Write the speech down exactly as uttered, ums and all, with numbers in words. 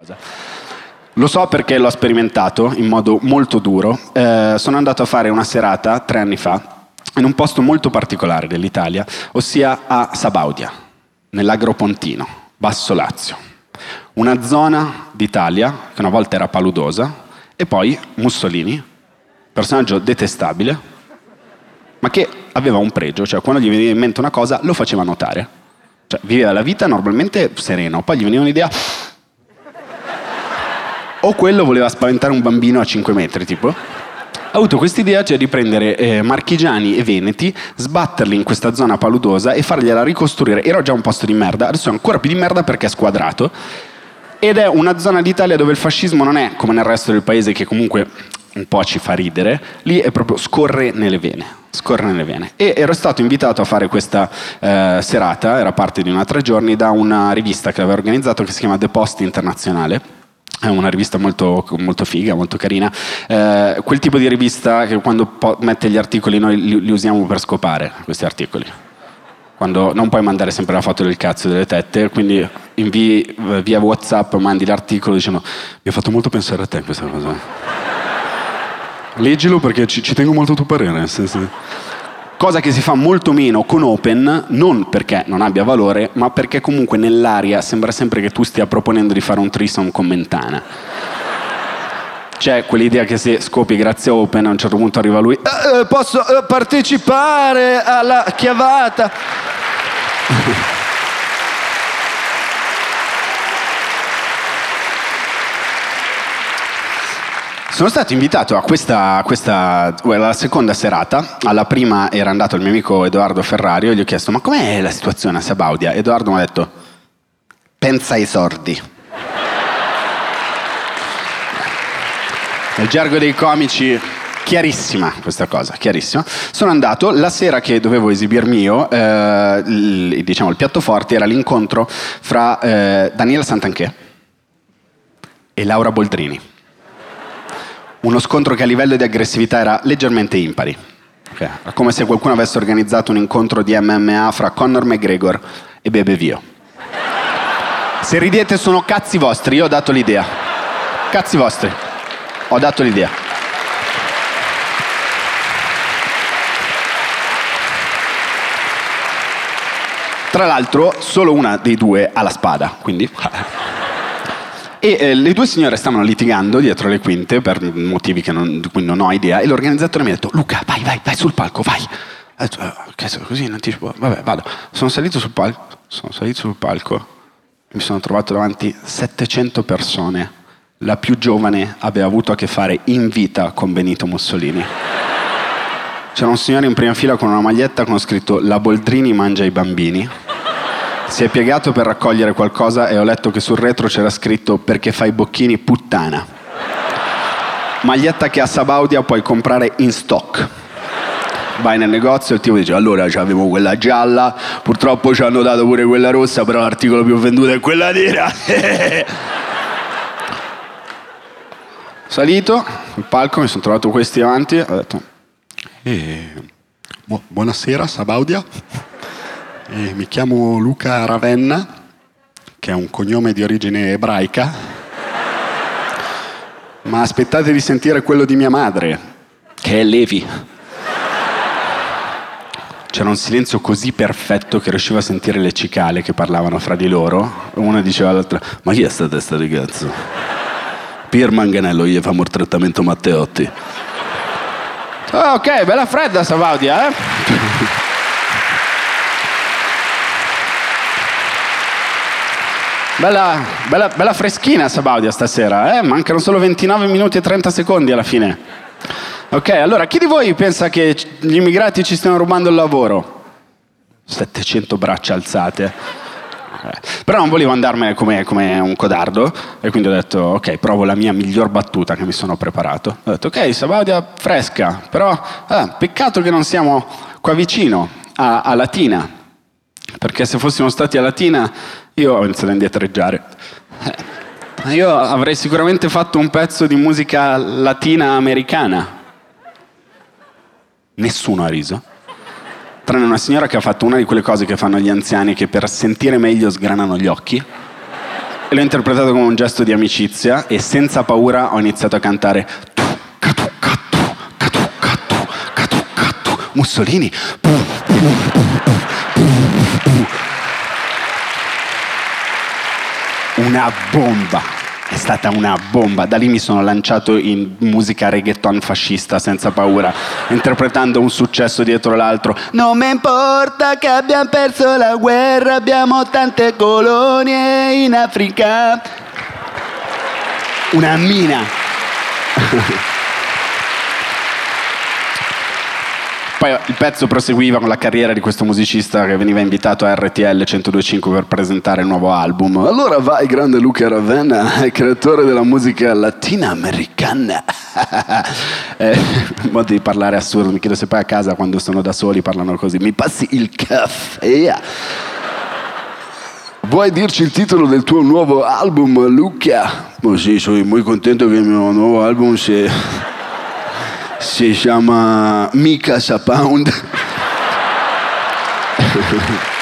Lo so perché l'ho sperimentato in modo molto duro. Eh, sono andato a fare una serata tre anni fa in un posto molto particolare dell'Italia, ossia a Sabaudia, nell'Agropontino, Basso Lazio. Una zona d'Italia che una volta era paludosa, e poi Mussolini, personaggio detestabile, ma che aveva un pregio, cioè quando gli veniva in mente una cosa lo faceva notare. Cioè viveva la vita normalmente sereno, poi gli veniva un'idea, o quello voleva spaventare un bambino a cinque metri, tipo. Ha avuto quest'idea, cioè di prendere eh, marchigiani e veneti, sbatterli in questa zona paludosa e fargliela ricostruire. Era già un posto di merda, adesso è ancora più di merda perché è squadrato. Ed è una zona d'Italia dove il fascismo non è come nel resto del paese, che comunque un po' ci fa ridere. Lì è proprio scorre nelle vene, scorre nelle vene. E ero stato invitato a fare questa eh, serata, era parte di una tre giorni, da una rivista che aveva organizzato che si chiama The Post Internazionale. È una rivista molto, molto figa, molto carina. Eh, quel tipo di rivista che quando po- mette gli articoli noi li, li usiamo per scopare, questi articoli. Quando non puoi mandare sempre la foto del cazzo e delle tette, quindi invii via WhatsApp, mandi l'articolo dicendo mi ha fatto molto pensare a te questa cosa. Leggilo perché ci, ci tengo molto a tuo parere. Sì, sì. Cosa che si fa molto meno con Open, non perché non abbia valore, ma perché comunque nell'aria sembra sempre che tu stia proponendo di fare un threesome con Mentana. C'è quell'idea che se scopi grazie a Open, a un certo punto arriva lui, eh, posso eh, partecipare alla chiavata? Sono stato invitato a questa, questa la seconda serata. Alla prima era andato il mio amico Edoardo Ferrario e gli ho chiesto ma com'è la situazione a Sabaudia? Edoardo mi ha detto pensa ai sordi. Nel gergo dei comici chiarissima questa cosa, chiarissima. Sono andato, la sera che dovevo esibirmi io, eh, il, diciamo il piatto forte era l'incontro fra eh, Daniela Santanchè e Laura Boldrini. Uno scontro che a livello di aggressività era leggermente impari. Okay. Era come se qualcuno avesse organizzato un incontro di M M A fra Conor McGregor e Bebe Vio. Se ridete sono cazzi vostri, io ho dato l'idea. Cazzi vostri. Ho dato l'idea. Tra l'altro, solo una dei due ha la spada, quindi... E eh, le due signore stavano litigando dietro le quinte per motivi che non, di cui non ho idea, e l'organizzatore mi ha detto Luca, vai, vai, vai sul palco, vai. Ho detto, oh, che so, così in anticipo, vabbè, vado. Sono salito sul palco, sono salito sul palco, mi sono trovato davanti settecento persone. La più giovane aveva avuto a che fare in vita con Benito Mussolini. C'era un signore in prima fila con una maglietta con scritto La Boldrini mangia i bambini. Si è piegato per raccogliere qualcosa e ho letto che sul retro c'era scritto perché fai bocchini puttana. Maglietta che a Sabaudia puoi comprare in stock. Vai nel negozio e il tipo dice allora avevo quella gialla, purtroppo ci hanno dato pure quella rossa, però l'articolo più venduto è quella nera. Salito sul palco, mi sono trovato questi davanti, ho detto eh, bu- buonasera Sabaudia. Eh, mi chiamo Luca Ravenna, che è un cognome di origine ebraica, ma aspettate di sentire quello di mia madre, che è Levi. C'era un silenzio così perfetto che riuscivo a sentire le cicale che parlavano fra di loro. Una diceva all'altra, ma chi è sta testa di cazzo? Pier Manganello, gli fa il trattamento Matteotti. Oh, ok, bella fredda Sabaudia, eh? Bella, bella, bella freschina Sabaudia stasera, eh? Mancano solo ventinove minuti e trenta secondi alla fine. Ok, allora, chi di voi pensa che gli immigrati ci stiano rubando il lavoro? settecento braccia alzate. Eh. Però non volevo andarmene come, come un codardo, e quindi ho detto, ok, provo la mia miglior battuta che mi sono preparato. Ho detto, ok, Sabaudia fresca, però ah, peccato che non siamo qua vicino, a, a Latina. Perché se fossimo stati a Latina io ho iniziato a indietreggiare. Eh, io avrei sicuramente fatto un pezzo di musica latina americana. Nessuno ha riso. Tranne una signora che ha fatto una di quelle cose che fanno gli anziani che per sentire meglio sgranano gli occhi. E l'ho interpretato come un gesto di amicizia e senza paura ho iniziato a cantare tu, catu, catu, catu, catu, catu, catu, Mussolini. Pu, pu, pu, pu, pu. Una bomba. È stata una bomba. Da lì mi sono lanciato in musica reggaeton fascista senza paura, interpretando un successo dietro l'altro. Non mi importa che abbiamo perso la guerra, abbiamo tante colonie in Africa. Una mina. Poi il pezzo proseguiva con la carriera di questo musicista che veniva invitato a R T L centodue e cinque per presentare il nuovo album. Allora vai, grande Luca Ravenna, creatore della musica latinoamericana. eh, un modo di parlare assurdo, mi chiedo se poi a casa quando sono da soli parlano così. Mi passi il caffè? Vuoi dirci il titolo del tuo nuovo album, Luca? Oh sì, sono molto contento che il mio nuovo album si... si chiama Mica Sa Pound.